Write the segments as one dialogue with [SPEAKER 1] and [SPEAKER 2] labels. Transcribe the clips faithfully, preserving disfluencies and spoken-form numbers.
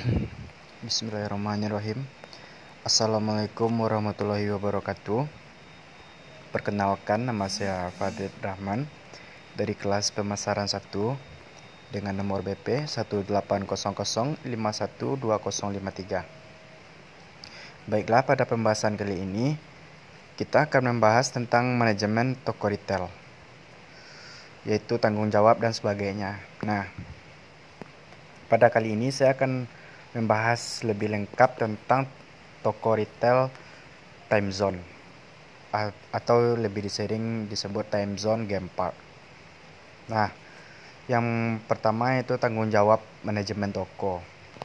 [SPEAKER 1] Bismillahirrahmanirrahim. Assalamualaikum warahmatullahi wabarakatuh. Perkenalkan, nama saya Fadil Rahman dari kelas pemasaran satu dengan nomor B P satu delapan nol nol lima satu dua nol lima tiga. Baiklah, pada pembahasan kali ini kita akan membahas tentang manajemen toko retail, yaitu tanggung jawab dan sebagainya. Nah, pada kali ini saya akan membahas lebih lengkap tentang toko retail time zone atau lebih disering disebut time zone game park. Nah, yang pertama itu tanggung jawab manajemen toko.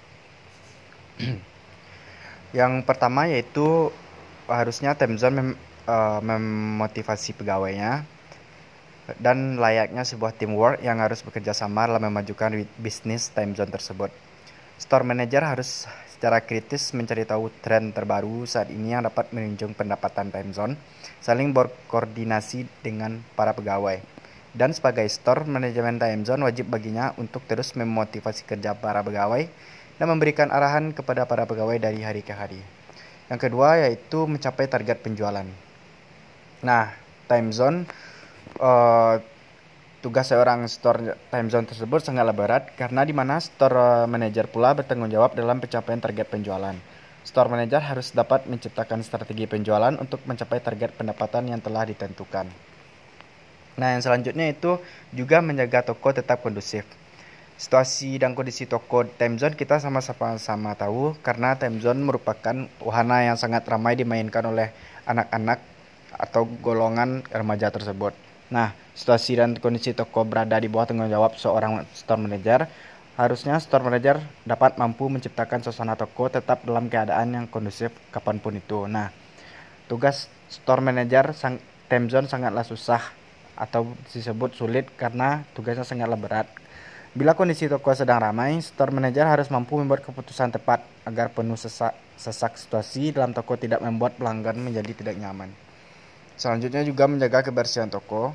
[SPEAKER 1] Yang pertama yaitu harusnya time zone mem, uh, memotivasi pegawainya dan layaknya sebuah teamwork yang harus bekerja sama dalam memajukan bisnis time zone tersebut. Store manager harus secara kritis mencari tahu tren terbaru saat ini yang dapat menunjang pendapatan time zone, saling berkoordinasi dengan para pegawai. Dan sebagai store manajemen time zone wajib baginya untuk terus memotivasi kerja para pegawai dan memberikan arahan kepada para pegawai dari hari ke hari. Yang kedua yaitu mencapai target penjualan. Nah, time zone uh, tugas seorang store time zone tersebut sangatlah berat karena di mana store manager pula bertanggung jawab dalam pencapaian target penjualan. Store manager harus dapat menciptakan strategi penjualan untuk mencapai target pendapatan yang telah ditentukan. Nah, yang selanjutnya itu juga menjaga toko tetap kondusif. Situasi dan kondisi toko time zone kita sama-sama tahu karena time zone merupakan wahana yang sangat ramai dimainkan oleh anak-anak atau golongan remaja tersebut. Nah, situasi dan kondisi toko berada di bawah tanggung jawab seorang store manager. Harusnya store manager dapat mampu menciptakan suasana toko tetap dalam keadaan yang kondusif kapanpun itu. Nah, tugas store manager sang, time zone sangatlah susah atau disebut sulit karena tugasnya sangatlah berat. Bila kondisi toko sedang ramai, store manager harus mampu membuat keputusan tepat agar penuh sesak, sesak situasi dalam toko tidak membuat pelanggan menjadi tidak nyaman. Selanjutnya juga menjaga kebersihan toko.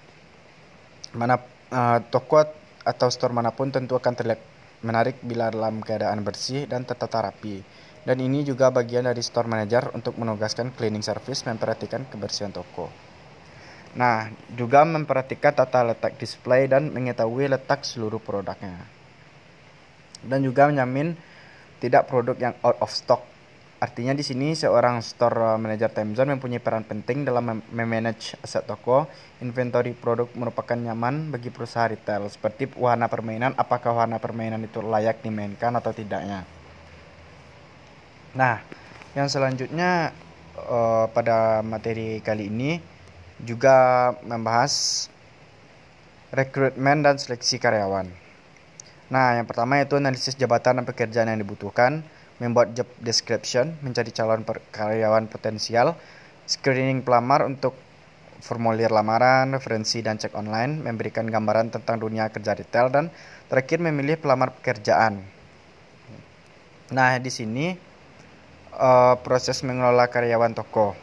[SPEAKER 1] Mana uh, toko atau store manapun tentu akan terlihat menarik bila dalam keadaan bersih dan tertata rapi. Dan ini juga bagian dari store manager untuk menugaskan cleaning service memperhatikan kebersihan toko. Nah, juga memperhatikan tata letak display dan mengetahui letak seluruh produknya. Dan juga menjamin tidak produk yang out of stock. Artinya di sini seorang store manager time zone mempunyai peran penting dalam memanage aset toko. Inventory produk merupakan nyaman bagi perusahaan retail, seperti wahana permainan, apakah wahana permainan itu layak dimainkan atau tidaknya. Nah, yang selanjutnya uh, pada materi kali ini juga membahas rekrutmen dan seleksi karyawan. Nah, yang pertama itu analisis jabatan dan pekerjaan yang dibutuhkan, membuat job description, mencari calon karyawan potensial, screening pelamar untuk formulir lamaran, referensi dan cek online, memberikan gambaran tentang dunia kerja retail, dan terakhir memilih pelamar pekerjaan. Nah, di sini uh, proses mengelola karyawan toko.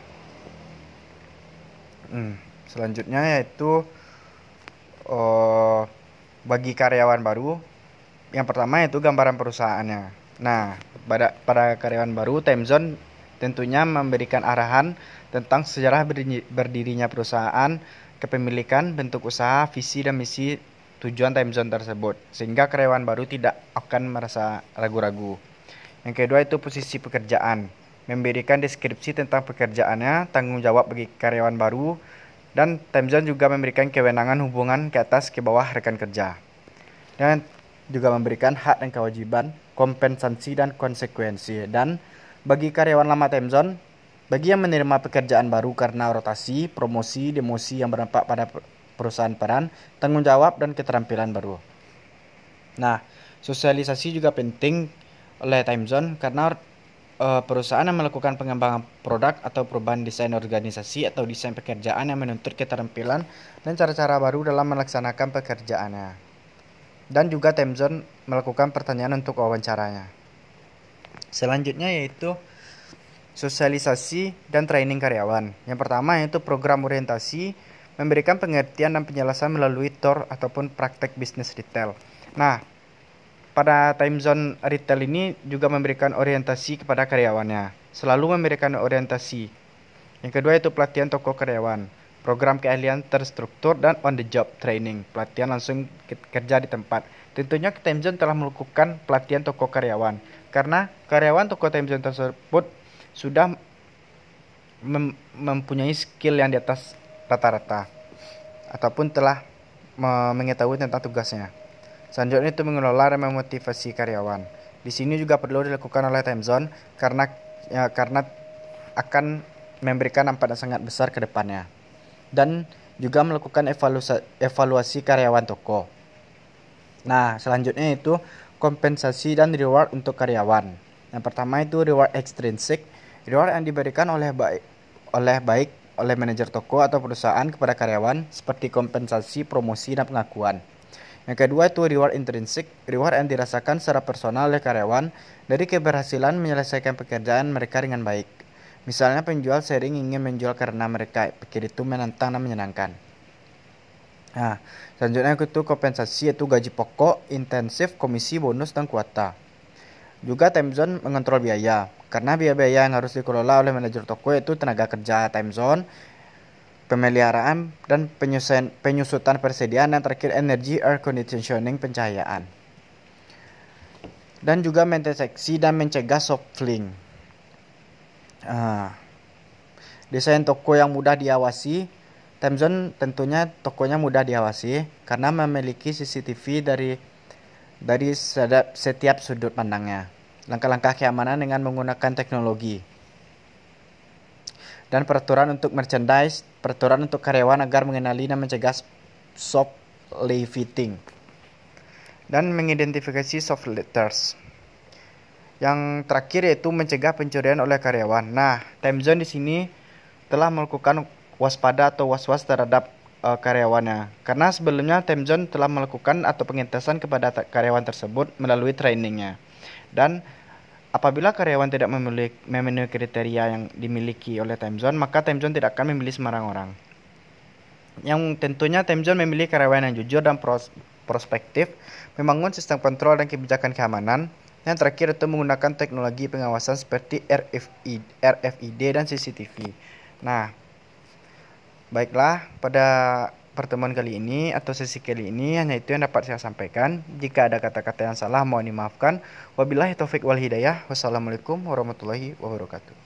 [SPEAKER 1] Hmm, selanjutnya yaitu uh, bagi karyawan baru, yang pertama yaitu gambaran perusahaannya. Nah, pada, pada karyawan baru, time zone tentunya memberikan arahan tentang sejarah berdirinya perusahaan, kepemilikan, bentuk usaha, visi dan misi tujuan time zone tersebut, sehingga karyawan baru tidak akan merasa ragu-ragu. Yang kedua itu posisi pekerjaan, memberikan deskripsi tentang pekerjaannya, tanggung jawab bagi karyawan baru, dan time zone juga memberikan kewenangan hubungan ke atas ke bawah rekan kerja. Dan juga memberikan hak dan kewajiban, kompensasi dan konsekuensi. Dan bagi karyawan lama time zone, bagi yang menerima pekerjaan baru karena rotasi, promosi, demosi yang berdampak pada perusahaan peran, tanggung jawab dan keterampilan baru. Nah, sosialisasi juga penting oleh time zone karena uh, perusahaan yang melakukan pengembangan produk atau perubahan desain organisasi atau desain pekerjaan yang menuntut keterampilan dan cara-cara baru dalam melaksanakan pekerjaannya. Dan juga time zone melakukan pertanyaan untuk wawancaranya. Selanjutnya yaitu sosialisasi dan training karyawan. Yang pertama yaitu program orientasi, memberikan pengertian dan penjelasan melalui tour ataupun praktek bisnis retail. Nah, pada time zone retail ini juga memberikan orientasi kepada karyawannya, selalu memberikan orientasi. Yang kedua itu pelatihan toko karyawan, program keahlian terstruktur dan on the job training, pelatihan langsung kerja di tempat. Tentunya time zone telah melakukan pelatihan toko karyawan, karena karyawan toko time zone tersebut sudah mem mempunyai skill yang di atas rata-rata ataupun telah mengetahui tentang tugasnya. Selanjutnya itu mengelola dan memotivasi karyawan. Di sini juga perlu dilakukan oleh time zone karena ya, karena akan memberikan dampak yang sangat besar ke depannya. Dan juga melakukan evaluasi, evaluasi karyawan toko. Nah, selanjutnya itu kompensasi dan reward untuk karyawan. Yang pertama itu reward extrinsic, reward yang diberikan oleh baik oleh baik oleh manajer toko atau perusahaan kepada karyawan seperti kompensasi, promosi, dan pengakuan. Yang kedua itu reward intrinsic, reward yang dirasakan secara personal oleh karyawan dari keberhasilan menyelesaikan pekerjaan mereka dengan baik. Misalnya penjual sering ingin menjual karena mereka pikir itu menantang dan menyenangkan. Nah, selanjutnya itu kompensasi yaitu gaji pokok, intensif, komisi, bonus, dan kuota. Juga time zone mengontrol biaya, karena biaya-biaya yang harus dikelola oleh manajer toko yaitu tenaga kerja time zone, pemeliharaan dan penyusutan, penyusutan persediaan, dan terakhir energi, air conditioning, pencahayaan. Dan juga mendeteksi dan mencegah softening. Ah, desain toko yang mudah diawasi. Time zone tentunya tokonya mudah diawasi karena memiliki C C T V dari dari setiap sudut pandangnya. Langkah-langkah keamanan dengan menggunakan teknologi. Dan peraturan untuk merchandise, peraturan untuk karyawan agar mengenali dan mencegah soft leafeting. Dan mengidentifikasi soft litters. Yang terakhir yaitu mencegah pencurian oleh karyawan. Nah, time zone di sini telah melakukan waspada atau was-was terhadap uh, karyawannya. Karena sebelumnya time zone telah melakukan atau pengetesan kepada karyawan tersebut melalui trainingnya. Dan apabila karyawan tidak memiliki, memenuhi kriteria yang dimiliki oleh time zone, maka time zone tidak akan memilih sembarang orang. Yang tentunya time zone memilih karyawan yang jujur dan pros, prospektif, membangun sistem kontrol dan kebijakan keamanan. Yang terakhir itu menggunakan teknologi pengawasan seperti R F I D dan C C T V. Nah, baiklah, pada pertemuan kali ini atau sesi kali ini hanya itu yang dapat saya sampaikan. Jika ada kata-kata yang salah mohon dimaafkan. Wabillahi taufik wal hidayah. Wassalamualaikum warahmatullahi wabarakatuh.